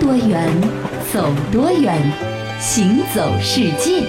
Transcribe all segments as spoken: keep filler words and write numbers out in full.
多远，走多远，行走世界。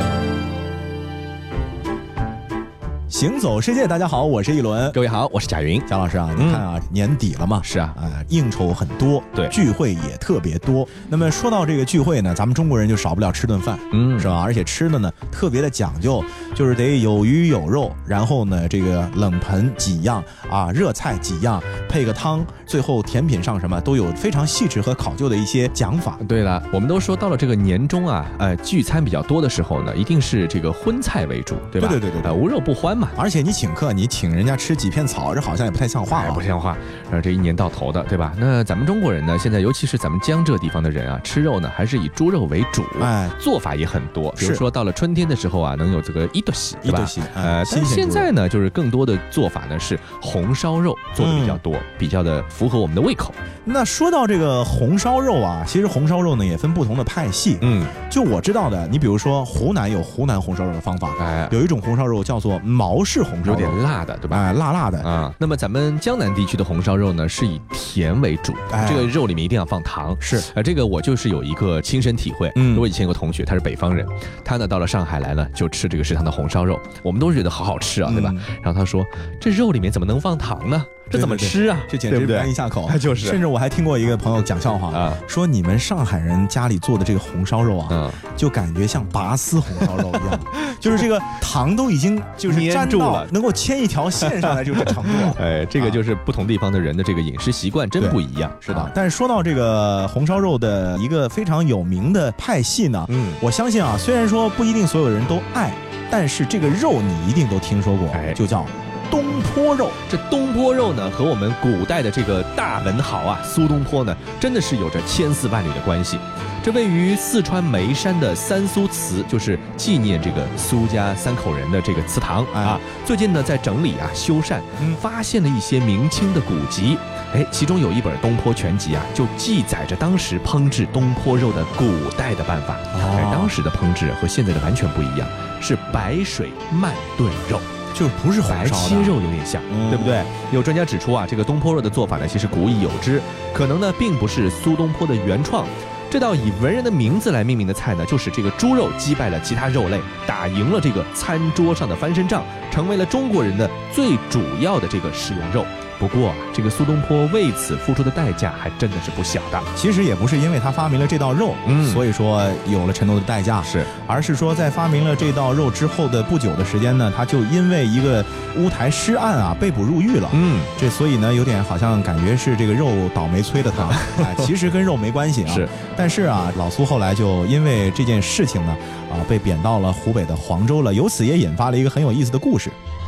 行走世界，大家好，我是一轮。 各位好，我是贾云。 贾老师啊，你看啊，嗯、年底了嘛， 是啊， 啊、呃，应酬很多， 对， 聚会也特别多。那么说到这个聚会呢，咱们中国人就少不了吃顿饭，嗯，是吧？而且吃的呢特别的讲究，就是得有鱼有肉，然后呢这个冷盆几样啊，热菜几样，配个汤，最后甜品上什么都有非常细致和考究的一些讲法。 对了，我们都说到了这个年终啊，呃，聚餐比较多的时候呢，一定是这个荤菜为主，对吧？ 对对对对， 呃，无肉不欢嘛。 而且你请客，你请人家吃几片草，这好像也不太像话啊， 哎、不像话。然后这一年到头的，对吧？那咱们中国人呢，现在尤其是咱们江浙地方的人啊，吃肉呢还是以猪肉为主，哎，做法也很多。比如说到了春天的时候啊，能有这个一斗喜，对吧？一斗喜，呃，但现在呢，就是更多的做法呢是红烧肉做的比较多，嗯、比较的符合我们的胃口。 那说到这个红烧肉啊，其实红烧肉呢也分不同的派系。嗯，就我知道的，你比如说湖南有湖南红烧肉的方法，哎，有一种红烧肉叫做毛氏红烧肉， 有点辣的，对吧？ 哎，辣辣的啊。那么咱们江南地区的红烧肉呢，是以甜为主，哎、这个肉里面一定要放糖。 是， 呃，这个我就是有一个亲身体会。嗯，我以前有个同学，他是北方人，他呢到了上海来呢，就吃这个食堂的红烧肉，我们都觉得好好吃啊，对吧？嗯、然后他说，这肉里面怎么能放糖呢？这怎么吃啊？ 这简直不难以下口。 就是， 甚至我还听过一个朋友讲笑话啊，说你们上海人家里做的这个红烧肉啊，嗯、就感觉像拔丝红烧肉一样，就是这个糖都已经就是粘住了，能够牵一条线上来，就是程度。 哎，这个就是不同地方的人的这个饮食习惯真不一样。 是的，啊、但是说到这个红烧肉的一个非常有名的派系呢，嗯，我相信啊，虽然说不一定所有人都爱，但是这个肉你一定都听说过，哎，就叫东坡肉。 这东坡肉呢，和我们古代的这个大文豪啊苏东坡呢，真的是有着千丝万缕的关系。这位于四川眉山的三苏祠，就是纪念这个苏家三口人的这个祠堂啊。最近呢，在整理啊修缮，嗯，发现了一些明清的古籍，哎，其中有一本《东坡全集》啊，就记载着当时烹制东坡肉的古代的办法。哦，而当时的烹制和现在的完全不一样，是白水慢炖肉。 就是不是白切肉有点像，嗯、对不对？有专家指出啊，这个东坡肉的做法呢，其实古已有之，可能呢并不是苏东坡的原创。这道以文人的名字来命名的菜呢，就是这个猪肉击败了其他肉类，打赢了这个餐桌上的翻身仗，成为了中国人的最主要的这个食用肉。不过，这个苏东坡为此付出的代价还真的是不小的。 其实也不是因为他发明了这道肉，嗯，所以说有了沉重的代价， 是， 而是说在发明了这道肉之后的不久的时间呢，他就因为一个乌台诗案啊被捕入狱了，嗯，这所以呢有点好像感觉是这个肉倒霉催的他，哎，其实跟肉没关系啊， 是， 但是啊，老苏后来就因为这件事情呢，啊被贬到了湖北的黄州了，由此也引发了一个很有意思的故事。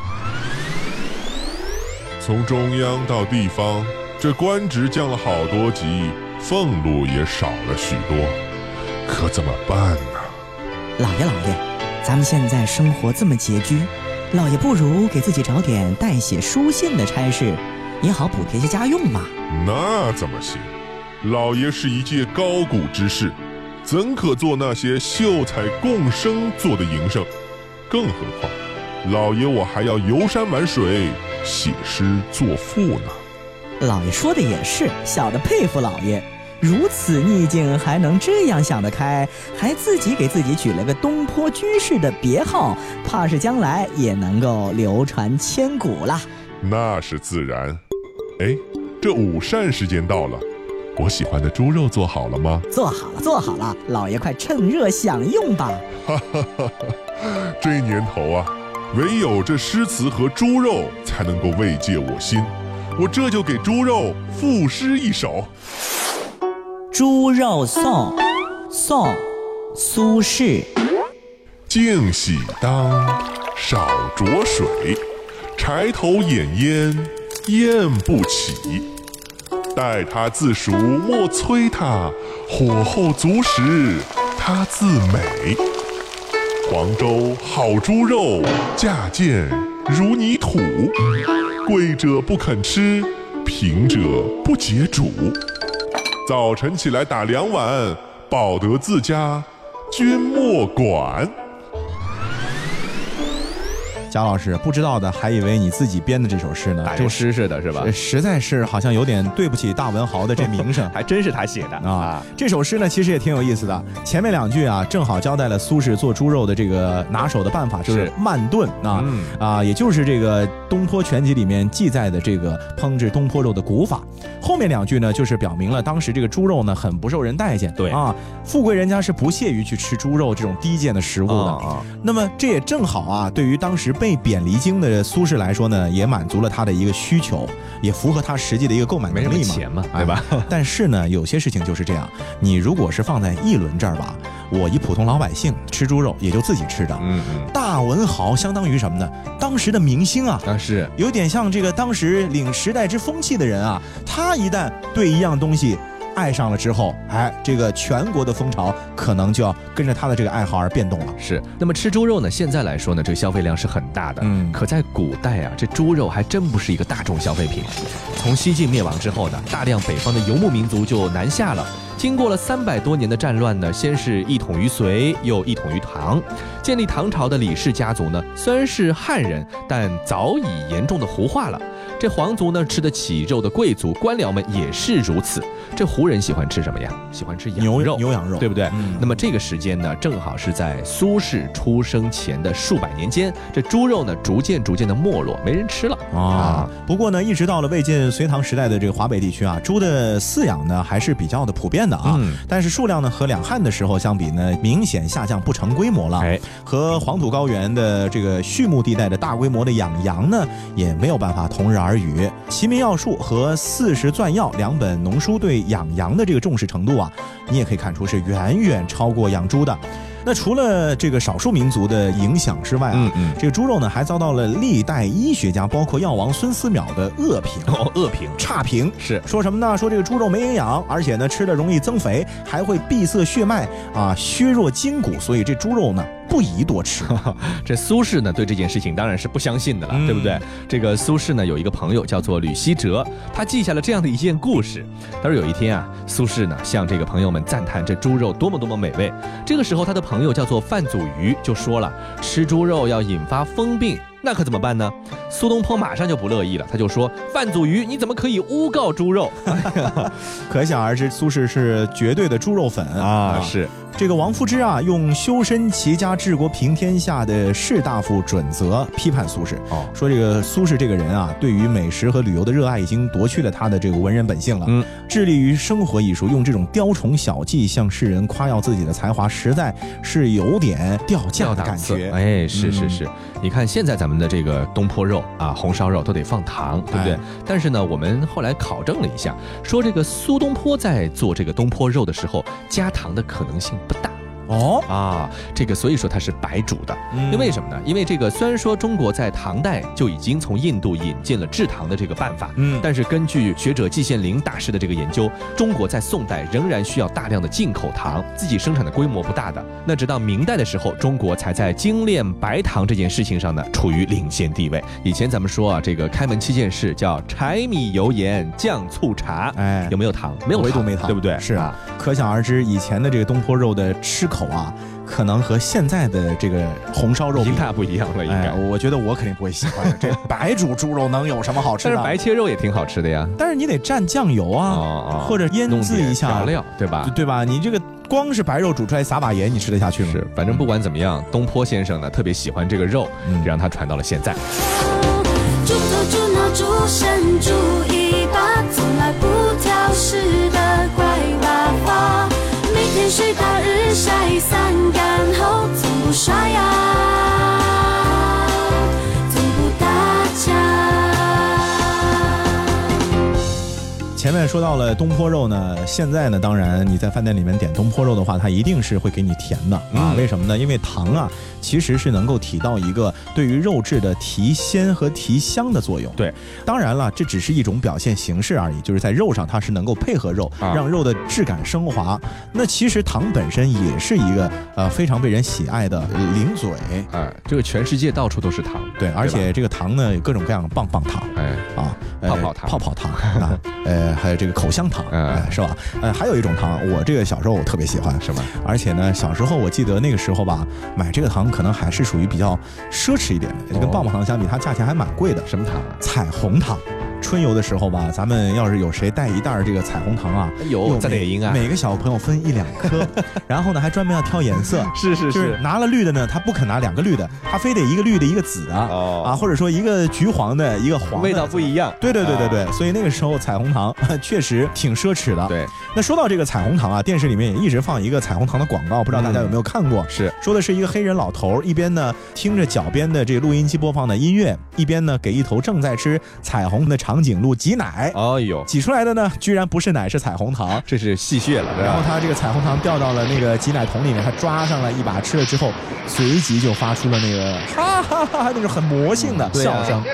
从中央到地方，这官职降了好多级，俸禄也少了许多，可怎么办呢？ 老爷老爷，咱们现在生活这么拮据，老爷不如给自己找点代写书信的差事，也好补贴些家用嘛。 那怎么行？老爷是一介高古之士，怎可做那些秀才共生做的营生？更何况老爷我还要游山玩水，写诗作赋呢。 老爷说的也是，小的佩服老爷，如此逆境还能这样想得开，还自己给自己取了个东坡居士的别号，怕是将来也能够流传千古了。 那是自然。哎，这午膳时间到了，我喜欢的猪肉做好了吗？ 做好了做好了，老爷快趁热享用吧。 哈哈哈哈，这年头啊，唯有这诗词和猪肉才能够慰藉我心，我这就给猪肉赋诗一首。 猪肉颂，宋，苏轼。 净喜当，少着水，柴头掩烟，烟不起。待他自熟莫催他，火候足时他自美。黄州好猪肉，价贱如泥土。贵者不肯吃，贫者不解煮。早晨起来打两碗，饱得自家，君莫管。 贾老师不知道的还以为你自己编的这首诗呢， 打油诗似的是吧？ 实在是好像有点对不起大文豪的这名声。 还真是他写的啊！这首诗呢，其实也挺有意思的。前面两句啊，正好交代了苏轼做猪肉的这个拿手的办法，就是慢炖啊、嗯、啊，也就是这个《东坡全集》里面记载的这个烹制东坡肉的古法。后面两句呢，就是表明了当时这个猪肉呢很不受人待见， 对啊，富贵人家是不屑于去吃猪肉这种低贱的食物的。啊、那么这也正好啊，对于当时被贬离京的苏轼来说呢，也满足了他的一个需求，也符合他实际的一个购买能力嘛， 没什么钱嘛，对吧？ 哎、但是呢，有些事情就是这样，你如果是放在议论这儿吧，我一普通老百姓吃猪肉也就自己吃的，嗯嗯，大文豪相当于什么呢？当时的明星啊， 啊是有点像这个当时领时代之风气的人啊，他一旦对一样东西爱上了之后，哎，这个全国的风潮可能就要跟着他的这个爱好而变动了。 是，那么吃猪肉呢，现在来说呢，这个消费量是很大的，嗯，可在古代啊，这猪肉还真不是一个大众消费品。从西晋灭亡之后呢，大量北方的游牧民族就南下了。经过了三百多年的战乱呢，先是一统于隋，又一统于唐。建立唐朝的李氏家族呢，虽然是汉人，但早已严重的胡化了。这皇族呢，吃得起肉的贵族官僚们也是如此。这胡人喜欢吃什么呀？喜欢吃羊肉、 牛羊肉， 对不对？ 嗯、 那么这个时间呢，正好是在苏轼出生前的数百年间，这猪肉呢，逐渐逐渐的没落，没人吃了啊。 啊不过呢，一直到了魏晋隋唐时代的这个华北地区啊，猪的饲养呢还是比较的普遍的啊。嗯、但是数量呢和两汉的时候相比呢，明显下降不成规模了。哎、和黄土高原的这个畜牧地带的大规模的养羊呢，也没有办法同日而语。《齐民要术》和《四时篆要》两本农书对养羊的这个重视程度啊，你也可以看出是远远超过养猪的。那除了这个少数民族的影响之外啊，嗯嗯这个猪肉呢还遭到了历代医学家，包括药王孙思邈的恶评。 哦，恶评、 差评是说什么呢？说这个猪肉没营养，而且呢吃了容易增肥，还会闭塞血脉啊，削弱筋骨，所以这猪肉呢不宜多吃。 这苏轼呢对这件事情当然是不相信的了，嗯、对不对？这个苏轼呢有一个朋友叫做吕希哲，他记下了这样的一件故事。他说有一天啊，苏轼呢向这个朋友们赞叹这猪肉多么多么美味。这个时候他的朋友叫做范祖禹就说了，吃猪肉要引发疯病，那可怎么办呢？苏东坡马上就不乐意了，他就说：“范祖禹，你怎么可以诬告猪肉？” 可想而知，苏轼是绝对的猪肉粉啊！ 啊是。 这个王夫之啊，用修身齐家治国平天下的士大夫准则批判苏轼，哦，说这个苏轼这个人啊，对于美食和旅游的热爱已经夺去了他的这个文人本性了，嗯，致力于生活艺术，用这种雕虫小技向世人夸耀自己的才华，实在是有点掉价的感觉。 哎，是是是，嗯、你看现在咱们的这个东坡肉啊、红烧肉都得放糖，对不对？哎、但是呢，我们后来考证了一下，说这个苏东坡在做这个东坡肉的时候，加糖的可能性不大。 哦啊，这个所以说它是白煮的，嗯、因为什么呢？因为这个虽然说中国在唐代就已经从印度引进了制糖的这个办法，嗯，但是根据学者季羡林大师的这个研究，中国在宋代仍然需要大量的进口糖，自己生产的规模不大的。那直到明代的时候，中国才在精炼白糖这件事情上呢，处于领先地位。以前咱们说啊，这个开门七件事叫柴米油盐酱醋茶，哎，有没有糖？没有糖， 唯独没糖， 对不对？ 是啊，可想而知，以前的这个东坡肉的吃口啊，可能和现在的这个红烧肉已经大不一样了。应该、 哎，我觉得我肯定不会喜欢。这白煮猪肉能有什么好吃的？ 但是白切肉也挺好吃的呀。 但是你得蘸酱油啊，哦哦、或者腌制一下调料，对吧？ 对吧？你这个光是白肉煮出来撒把盐，你吃得下去吗？ 是，反正不管怎么样，东坡先生呢特别喜欢这个肉，嗯、让他传到了现在。 猪头猪脑猪身猪尾巴，从来不挑食的乖爸爸，每天睡到日晒三竿后，从不刷牙，从不打架。 前面说到了东坡肉呢，现在呢，当然你在饭店里面点东坡肉的话，它一定是会给你甜的啊。嗯、为什么呢？因为糖啊，其实是能够起到一个对于肉质的提鲜和提香的作用。 对， 当然了，这只是一种表现形式而已，就是在肉上它是能够配合肉，啊、让肉的质感升华。那其实糖本身也是一个呃非常被人喜爱的零嘴。 哎，这个全世界到处都是糖， 对，而且这个糖呢有各种各样的棒棒糖， 哎啊， 泡泡糖、 泡泡糖啊，呃。 呃，还有这个口香糖， 嗯、 呃，是吧？呃，还有一种糖，我这个小时候我特别喜欢， 什么？ 而且呢，小时候我记得那个时候吧，买这个糖可能还是属于比较奢侈一点的，跟棒棒糖相比，它价钱还蛮贵的。 什么糖？ 彩虹糖。春游的时候吧，咱们要是有谁带一袋这个彩虹糖啊， 有在哪音啊？ 每个小朋友分一两颗，然后呢还专门要挑颜色， 是是是， 就是拿了绿的呢，他不肯拿两个绿的，他非得一个绿的，一个紫的，哦、啊，或者说一个橘黄的，一个黄的， 味道不一样。 对对对对对，啊、所以那个时候彩虹糖确实挺奢侈的。 对， 那说到这个彩虹糖啊，电视里面也一直放一个彩虹糖的广告，不知道大家有没有看过？ 嗯、是说的是一个黑人老头，一边呢听着脚边的这个录音机播放的音乐，一边呢给一头正在吃彩虹的长颈鹿挤奶。 哦呦， 挤出来的呢，居然不是奶，是彩虹糖， 这是戏谑了。 然后他这个彩虹糖掉到了那个挤奶桶里面，他抓上了一把，吃了之后，随即就发出了那个哈哈哈那种很魔性的笑声。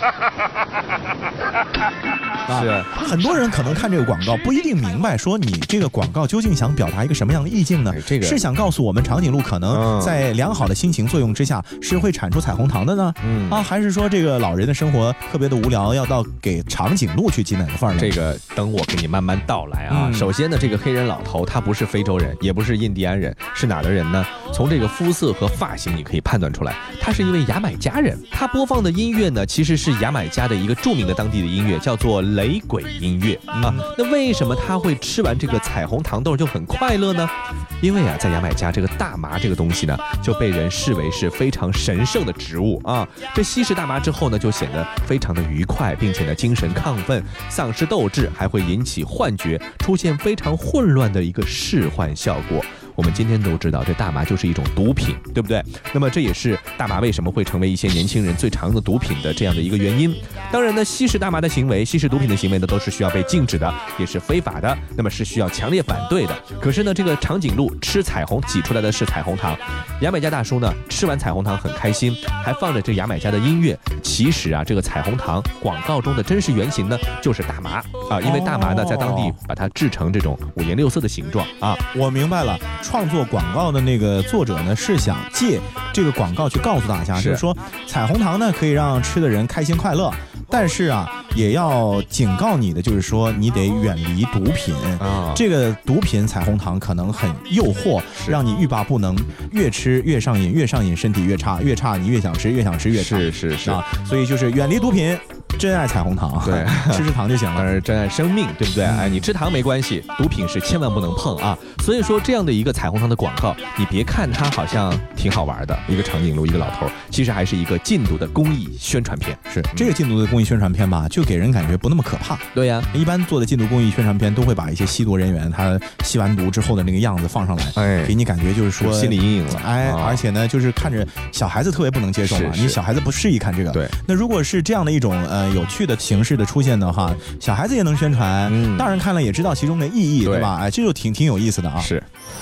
啊、是很多人可能看这个广告不一定明白，说你这个广告究竟想表达一个什么样的意境呢？ 哎、这个是想告诉我们长颈鹿可能在良好的心情作用之下是会产出彩虹糖的呢？嗯啊，还是说这个老人的生活特别的无聊，要到给长颈鹿去挤奶的份儿呢？ 这个等我给你慢慢道来啊。嗯、首先呢，这个黑人老头他不是非洲人，也不是印第安人，是哪儿的人呢？从这个肤色和发型你可以判断出来，他是一位牙买加人。他播放的音乐呢，其实是牙买加的一个著名的当地的音乐，叫做雷鬼音乐啊。那为什么他会吃完这个彩虹糖豆就很快乐呢？因为啊，在牙买加这个大麻这个东西呢，就被人视为是非常神圣的植物啊。这吸食大麻之后呢，就显得非常的愉快，并且呢，精神亢奋，丧失斗志，还会引起幻觉，出现非常混乱的一个视幻效果。我们今天都知道，这大麻就是一种毒品，对不对？那么这也是大麻为什么会成为一些年轻人最常用的毒品的这样的一个原因。当然呢，吸食大麻的行为，吸食毒品的行为呢，都是需要被禁止的，也是非法的，那么是需要强烈反对的。可是呢，这个长颈鹿吃彩虹挤出来的是彩虹糖，牙买加大叔呢吃完彩虹糖很开心，还放着这牙买加的音乐。其实啊，这个彩虹糖广告中的真实原型呢，就是大麻啊，因为大麻呢在当地把它制成这种五颜六色的形状啊。 我明白了。创作广告的那个作者呢，是想借这个广告去告诉大家，就是说彩虹糖呢可以让吃的人开心快乐，但是啊，也要警告你的就是说，你得远离毒品啊。这个毒品彩虹糖可能很诱惑，让你欲罢不能，越吃越上瘾，越上瘾身体越差，越差你越想吃，越想吃越差。 是是是啊，所以就是远离毒品。真爱彩虹糖， 对， 吃吃糖就行了。 但是真爱生命，对不对？嗯、哎，你吃糖没关系，毒品是千万不能碰啊。所以说，这样的一个彩虹糖的广告，你别看它好像挺好玩的，一个长颈鹿，一个老头，其实还是一个禁毒的公益宣传片。 是、嗯、这个禁毒的公益宣传片吧，就给人感觉不那么可怕。 对呀、啊， 一般做的禁毒公益宣传片都会把一些吸毒人员他吸完毒之后的那个样子放上来，哎，给你感觉就是说心理阴影了。 哎，哦、而且呢，就是看着小孩子特别不能接受嘛，你小孩子不适宜看这个。 对， 那如果是这样的一种呃有趣的形式的出现的话，小孩子也能宣传，嗯、大人看了也知道其中的意义， 对, 对吧？哎，这就挺挺有意思的啊。 是。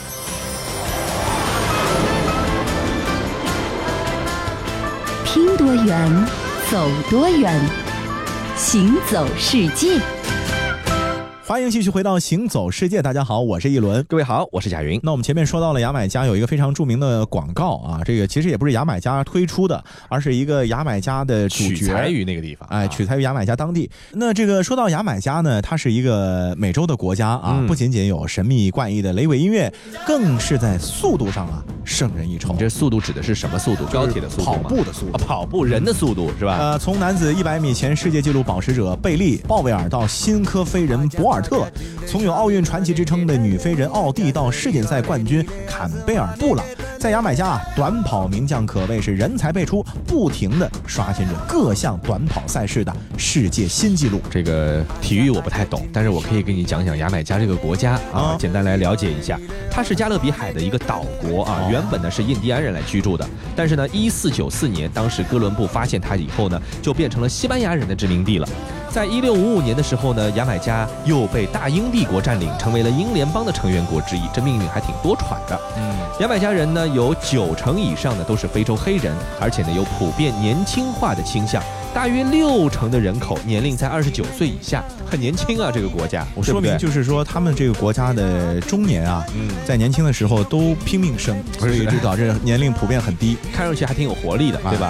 听多远，走多远，行走世界。 欢迎继续回到行走世界，大家好，我是一轮。 各位好，我是贾云。 那我们前面说到了牙买加有一个非常著名的广告啊，这个其实也不是牙买加推出的，而是一个牙买加的主角， 取材于那个地方， 哎，取材于牙买加当地。那这个说到牙买加呢，它是一个美洲的国家啊，嗯、不仅仅有神秘怪异的雷鬼音乐，更是在速度上啊胜人一筹。 你这速度指的是什么速度？高铁的速度吗？ 跑步的速度、 啊，跑步人的速度是吧？ 呃，从男子一百米前世界纪录保持者贝利·鲍威尔到新科飞人博尔特，从有奥运传奇之称的女飞人奥蒂到世锦赛冠军坎贝尔布朗，在牙买加啊，短跑名将可谓是人才辈出，不停地刷新着各项短跑赛事的世界新纪录。 这个体育我不太懂，但是我可以给你讲讲牙买加这个国家啊，嗯、简单来了解一下。它是加勒比海的一个岛国啊，原本呢是印第安人来居住的，但是呢，一四九四年，当时哥伦布发现它以后呢，就变成了西班牙人的殖民地了。在一六五五年的时候呢，牙买加又被大英帝国占领，成为了英联邦的成员国之一，这命运还挺多舛的。嗯，牙买加人呢有九成以上的都是非洲黑人，而且呢有普遍年轻化的倾向，大约六成的人口年龄在二十九岁以下，很年轻啊，这个国家。 我说明就是说他们这个国家的中年啊，嗯，在年轻的时候都拼命生，所以知道这年龄普遍很低， 看上去还挺有活力的，对吧？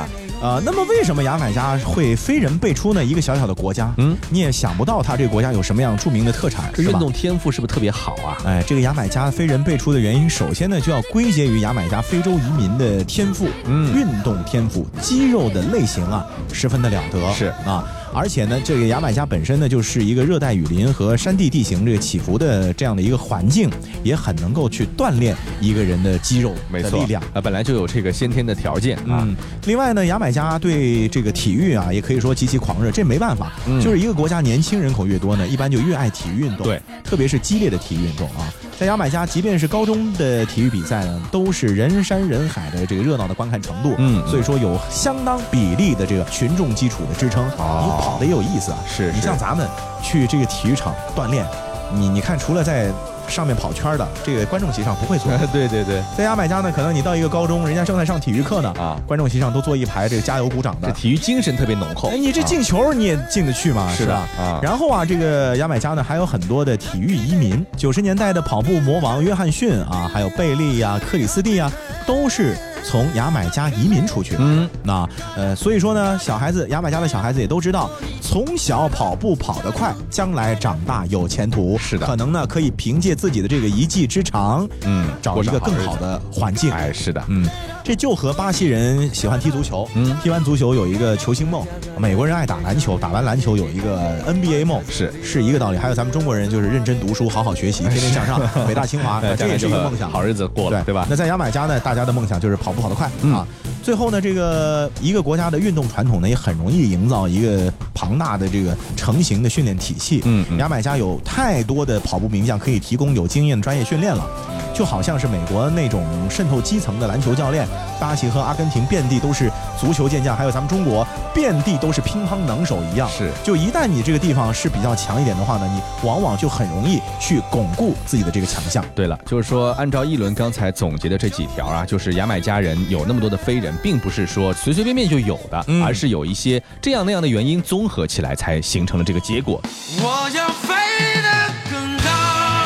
呃，那么为什么牙买加会非人辈出呢？一个小小的国家，嗯，你也想不到它这个国家有什么样著名的特产， 这运动天赋是不是特别好啊？ 哎，这个牙买加非人辈出的原因，首先呢就要归结于牙买加非洲移民的天赋，嗯，运动天赋，肌肉的类型啊，十分的了得， 是啊。而且呢，这个牙买加本身呢，就是一个热带雨林和山地地形这个起伏的这样的一个环境，也很能够去锻炼一个人的肌肉的力量啊，本来就有这个先天的条件啊。 嗯，另外呢，牙买加对这个体育啊，也可以说极其狂热，这没办法，嗯、就是一个国家年轻人口越多呢，一般就越爱体育运动， 对， 特别是激烈的体育运动啊。在牙买加，即便是高中的体育比赛呢，都是人山人海的这个热闹的观看程度，嗯，所以说有相当比例的这个群众基础的支撑，哦、你跑的也有意思啊。 是， 你像咱们去这个体育场锻炼，你你看，除了在上面跑圈的这个观众席上不会坐， 对对对， 在牙买加呢，可能你到一个高中，人家正在上体育课呢，啊，观众席上都坐一排这个加油鼓掌的， 这体育精神特别浓厚。 哎，你这进球你也进得去吗？ 是吧？ 啊。 然后啊，这个牙买加呢还有很多的体育移民，九十年代的跑步魔王约翰逊啊，还有贝利呀、啊、克里斯蒂啊，都是从牙买加移民出去的。嗯，那呃，所以说呢，小孩子，牙买加的小孩子也都知道，从小跑步跑得快，将来长大有前途。 是的， 可能呢可以凭借自己的这个一技之长，嗯，找一个更好的环境。 哎，是的， 嗯，这就和巴西人喜欢踢足球，嗯，踢完足球有一个球星梦，美国人爱打篮球，打完篮球有一个 N B A 梦， 是是一个道理。还有咱们中国人就是认真读书，好好学习，天天向上，北大清华，这也是一个梦想， 好日子过了，对吧？ 那在牙买加呢，大家的梦想就是跑步跑得快啊。最后呢，这个一个国家的运动传统呢，也很容易营造一个庞大的这个成型的训练体系。嗯，牙买加有太多的跑步名将可以提供有经验的专业训练了。就好像是美国那种渗透基层的篮球教练，巴西和阿根廷遍地都是足球健将，还有咱们中国遍地都是乒乓能手一样。 是， 就一旦你这个地方是比较强一点的话呢，你往往就很容易去巩固自己的这个强项。 对了，就是说按照一轮刚才总结的这几条啊，就是牙买加人有那么多的飞人，并不是说随随便便就有的，嗯、而是有一些这样那样的原因综合起来才形成了这个结果。 我要飞得更高，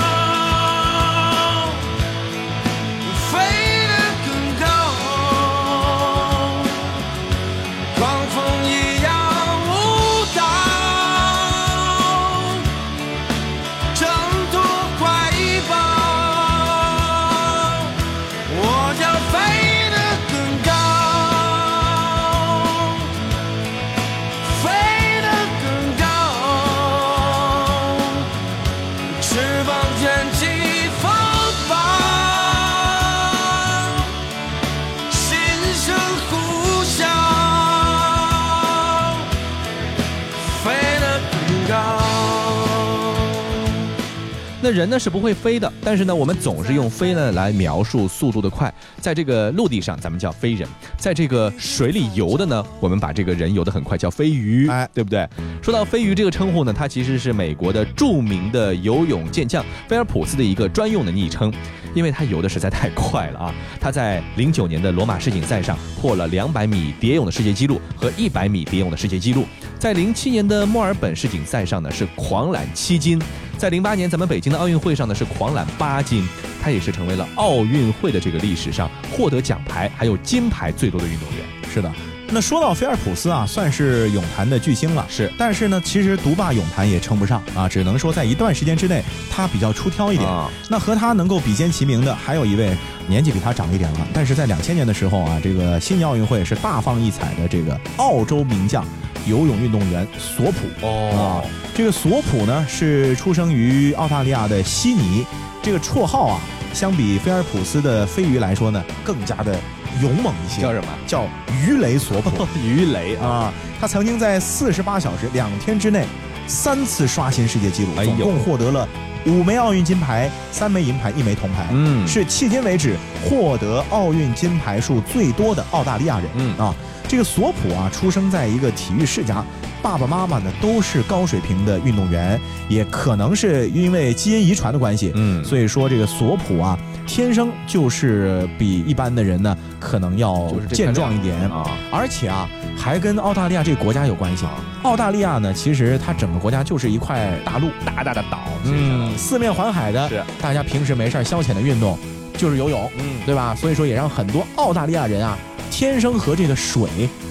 那人呢是不会飞的，但是呢，我们总是用飞呢来描述速度的快。在这个陆地上，咱们叫飞人；在这个水里游的呢，我们把这个人游得很快，叫飞鱼，哎，对不对？说到飞鱼这个称呼呢，它其实是美国的著名的游泳健将菲尔普斯的一个专用的昵称，因为他游的实在太快了啊！他在零九年的罗马世锦赛上破了两百米蝶泳的世界纪录和一百米蝶泳的世界纪录，在零七年的墨尔本世锦赛上呢是狂揽七金。在零八年咱们北京的奥运会上呢是狂揽八金，他也是成为了奥运会的这个历史上获得奖牌还有金牌最多的运动员。 是的，那说到菲尔普斯啊，算是泳坛的巨星了，是，但是呢，其实独霸泳坛也称不上啊，只能说在一段时间之内，他比较出挑一点。啊、那和他能够比肩齐名的，还有一位年纪比他长一点了，但是在两千年的时候啊，这个悉尼奥运会是大放异彩的这个澳洲名将。游泳运动员索普哦，啊，这个索普呢是出生于澳大利亚的悉尼，这个绰号啊，相比菲尔普斯的飞鱼来说呢，更加的勇猛一些。 叫什么？ 叫鱼雷索普。 鱼雷啊，他曾经在四十八小时两天之内三次刷新世界纪录，总共获得了五枚奥运金牌、三枚银牌、一枚铜牌，嗯，是迄今为止获得奥运金牌数最多的澳大利亚人。嗯啊。这个索普啊，出生在一个体育世家，爸爸妈妈呢都是高水平的运动员，也可能是因为基因遗传的关系，嗯，所以说这个索普啊，天生就是比一般的人呢可能要健壮一点啊，而且啊，还跟澳大利亚这个国家有关系。澳大利亚呢，其实它整个国家就是一块大陆， 大大的岛， 嗯，四面环海的，是大家平时没事消遣的运动就是游泳，嗯，对吧？所以说也让很多澳大利亚人啊。天生和这个水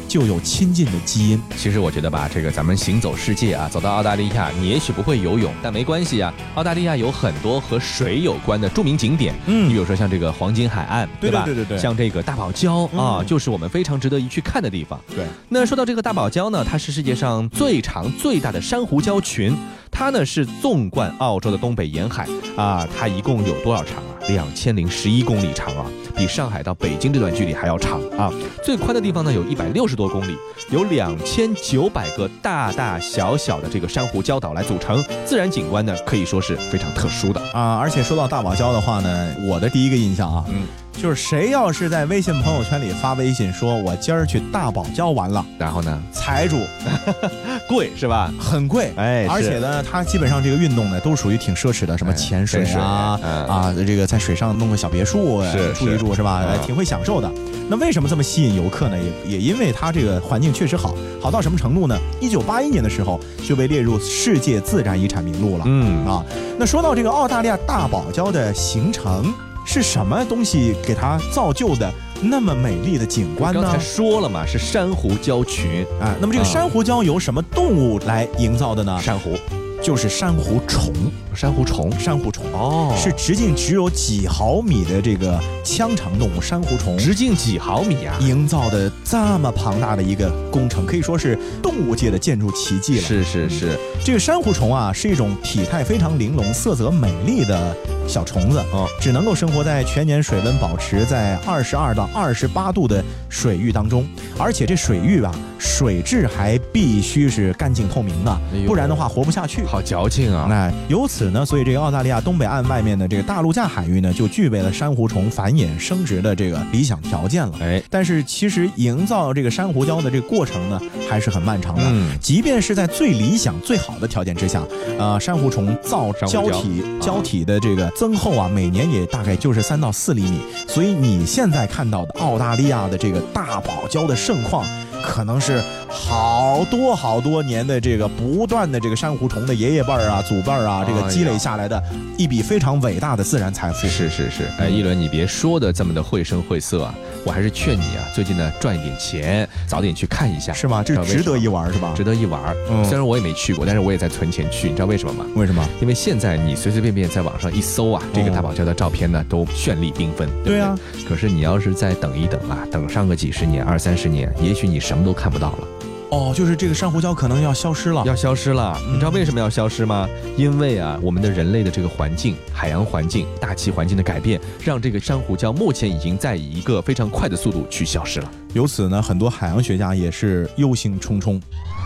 就有亲近的基因。 其实我觉得吧，这个咱们行走世界啊，走到澳大利亚，你也许不会游泳，但没关系啊。澳大利亚有很多和水有关的著名景点，嗯，你比如说像这个黄金海岸， 对吧？ 对对对对， 像这个大堡礁、嗯、啊，就是我们非常值得一去看的地方。 对， 那说到这个大堡礁呢，它是世界上最长最大的珊瑚礁群，它呢是纵贯澳洲的东北沿海啊，它一共有多少长啊？两千零十一公里长啊，比上海到北京这段距离还要长啊。最宽的地方呢有一百六十多公里，有两千九百个大大小小的这个珊瑚礁岛来组成，自然景观呢可以说是非常特殊的啊。而且说到大堡礁的话呢，我的第一个印象啊，嗯。就是谁要是在微信朋友圈里发微信说我今儿去大堡礁玩了， 然后呢， 财主贵是吧？ 很贵， 哎， 而且呢，它基本上这个运动呢都属于挺奢侈的，什么潜水啊、哎嗯、啊，这个在水上弄个小别墅住一住是吧？嗯、挺会享受的。那为什么这么吸引游客呢？也也因为它这个环境确实好，好到什么程度呢？一九八一年的时候就被列入世界自然遗产名录了。嗯啊，那说到这个澳大利亚大堡礁的形成。是什么东西给它造就的那么美丽的景观呢？ 刚才说了嘛，是珊瑚礁群啊。那么这个珊瑚礁由什么动物来营造的呢？ 珊瑚， 就是珊瑚虫。 珊瑚虫， 珊瑚虫哦， 是直径只有几毫米的这个腔肠动物珊瑚虫， 直径几毫米啊， 营造的这么庞大的一个工程，可以说是动物界的建筑奇迹了。 是是是， 嗯、这个珊瑚虫啊，是一种体态非常玲珑、色泽美丽的小虫子，哦，只能够生活在全年水温保持在二十二到二十八度的水域当中，而且这水域啊，水质还必须是干净透明的，哎、不然的话活不下去。 好矫情啊！ 那由此呢，所以这个澳大利亚东北岸外面的这个大陆架海域呢，就具备了珊瑚虫繁衍生殖的这个理想条件了。哎，但是其实营造这个珊瑚礁的这个过程呢，还是很漫长的。嗯，即便是在最理想、最好的条件之下，呃，珊瑚虫造胶体胶体的这个增厚啊，每年也大概就是三到四厘米。所以你现在看到的澳大利亚的这个大堡礁的盛况，可能是好多好多年的这个不断的这个珊瑚虫的爷爷辈儿啊、祖辈儿啊，这个积累下来的一笔非常伟大的自然财富。 是是是，哎，一轮你别说的这么的绘声绘色啊，我还是劝你啊，最近呢赚一点钱，早点去看一下， 是吗？这值得一玩是吧？ 值得一玩。嗯，虽然我也没去过，但是我也在存钱去，你知道为什么吗？ 为什么？ 因为现在你随随便便在网上一搜啊，这个大堡礁的照片呢都绚丽缤纷。 对啊， 可是你要是再等一等啊，等上个几十年、二三十年，也许你什么都看不到了。 哦，就是这个珊瑚礁可能要消失了， 要消失了。你知道为什么要消失吗？因为啊，我们的人类的这个环境、海洋环境、大气环境的改变，让这个珊瑚礁目前已经在以一个非常快的速度去消失了。 由此呢，很多海洋学家也是忧心忡忡。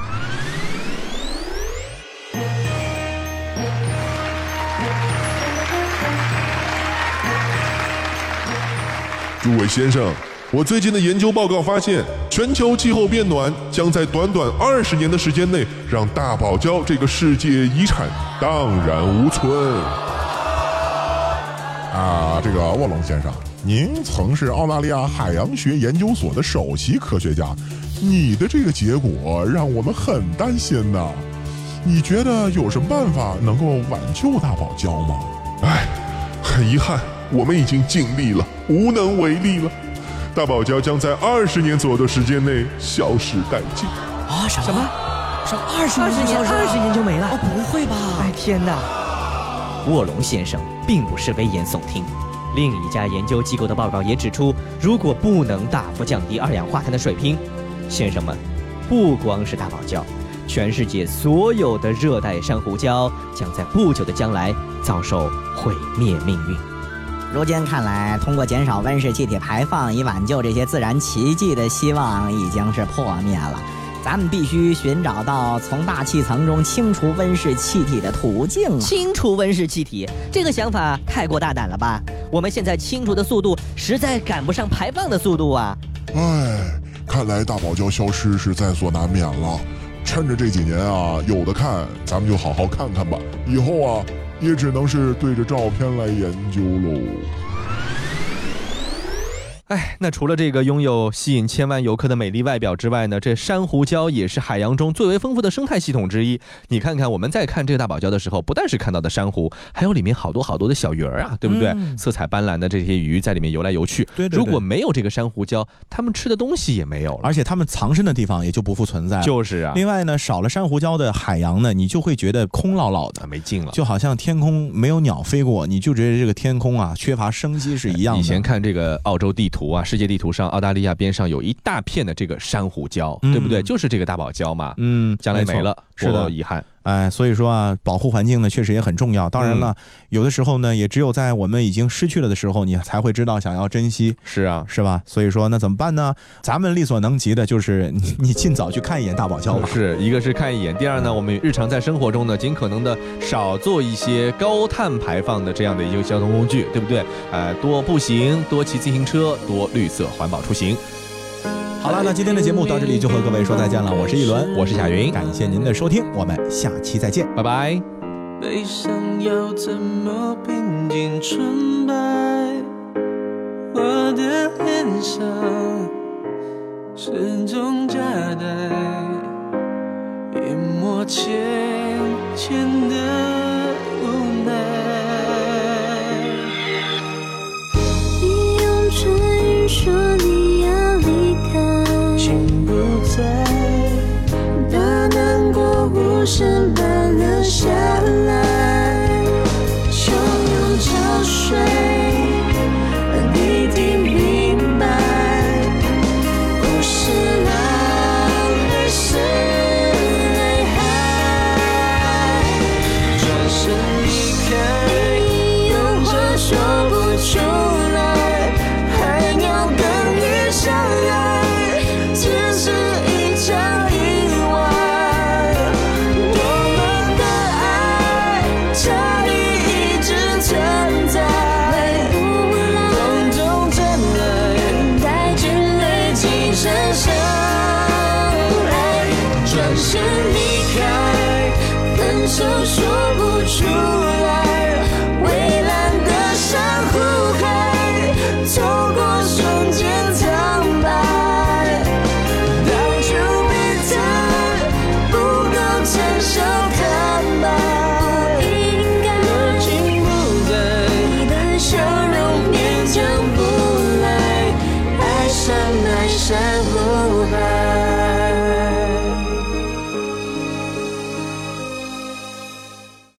诸位先生，我最近的研究报告发现，全球气候变暖将在短短二十年的时间内，让大堡礁这个世界遗产荡然无存。 啊，这个卧龙先生，您曾是澳大利亚海洋学研究所的首席科学家，你的这个结果让我们很担心呐。你觉得有什么办法能够挽救大堡礁吗？ 哎，很遗憾，我们已经尽力了，无能为力了。大堡礁将在二十年左右的时间内消失殆尽。 啊，什么？什么？什么？二十年？二十年就没了？哦，不会吧！ 哎，天哪！卧龙先生并不是危言耸听，另一家研究机构的报告也指出，如果不能大幅降低二氧化碳的水平，先生们，不光是大堡礁，全世界所有的热带珊瑚礁将在不久的将来遭受毁灭命运。 如今看来，通过减少温室气体排放以挽救这些自然奇迹的希望已经是破灭了。咱们必须寻找到从大气层中清除温室气体的途径啊！ 清除温室气体，这个想法太过大胆了吧？我们现在清除的速度实在赶不上排放的速度啊！ 哎，看来大堡礁消失是在所难免了。趁着这几年啊，有的看，咱们就好好看看吧。以后啊，也只能是对着照片来研究喽。 哎，那除了这个拥有吸引千万游客的美丽外表之外呢，这珊瑚礁也是海洋中最为丰富的生态系统之一。你看看我们在看这个大堡礁的时候，不但是看到的珊瑚，还有里面好多好多的小鱼儿啊，对不对？嗯、色彩斑斓的这些鱼在里面游来游去。 对对对， 如果没有这个珊瑚礁，它们吃的东西也没有了， 而且它们藏身的地方也就不复存在了。 就是啊。 另外呢，少了珊瑚礁的海洋呢，你就会觉得空落落的， 没劲了， 就好像天空没有鸟飞过，你就觉得这个天空啊缺乏生机是一样的。 以前看这个澳洲地图啊，世界地图上，澳大利亚边上有一大片的这个珊瑚礁，嗯、对不对？就是这个大堡礁嘛。嗯，将来没了， 是的， 遗憾。 哎，所以说啊，保护环境呢，确实也很重要。当然了，嗯、有的时候呢，也只有在我们已经失去了的时候，你才会知道想要珍惜。 是啊， 是吧？所以说，那怎么办呢？咱们力所能及的就是你，你尽早去看一眼大堡礁吧。 是一个是看一眼，第二呢，我们日常在生活中呢，尽可能的少做一些高碳排放的这样的一个交通工具，对不对？呃，多步行，多骑自行车，多绿色环保出行。 好了，那今天的节目到这里就和各位说再见了。我是一轮， 我是夏云， 感谢您的收听，我们下期再见， 拜拜。 悲伤要怎么平静纯白？我的脸上始终夹带淹没浅浅的无奈。 你用唇语说你要离开， 心不在， 把难过无声般留下来，汹涌潮水让你听明白，不是浪，而是泪海。 转身离开， 有话说不出来，还要跟你相爱，只是一场意外。我们的爱差你一直存在， 风中传来， 带着泪积成伤害。转身离开，分手说不出来，蔚蓝的珊瑚海，透过瞬间苍白。当初没谈，不够承受坦白，不应该， 热情不在， 你的笑容勉强不来，爱上爱珊瑚海。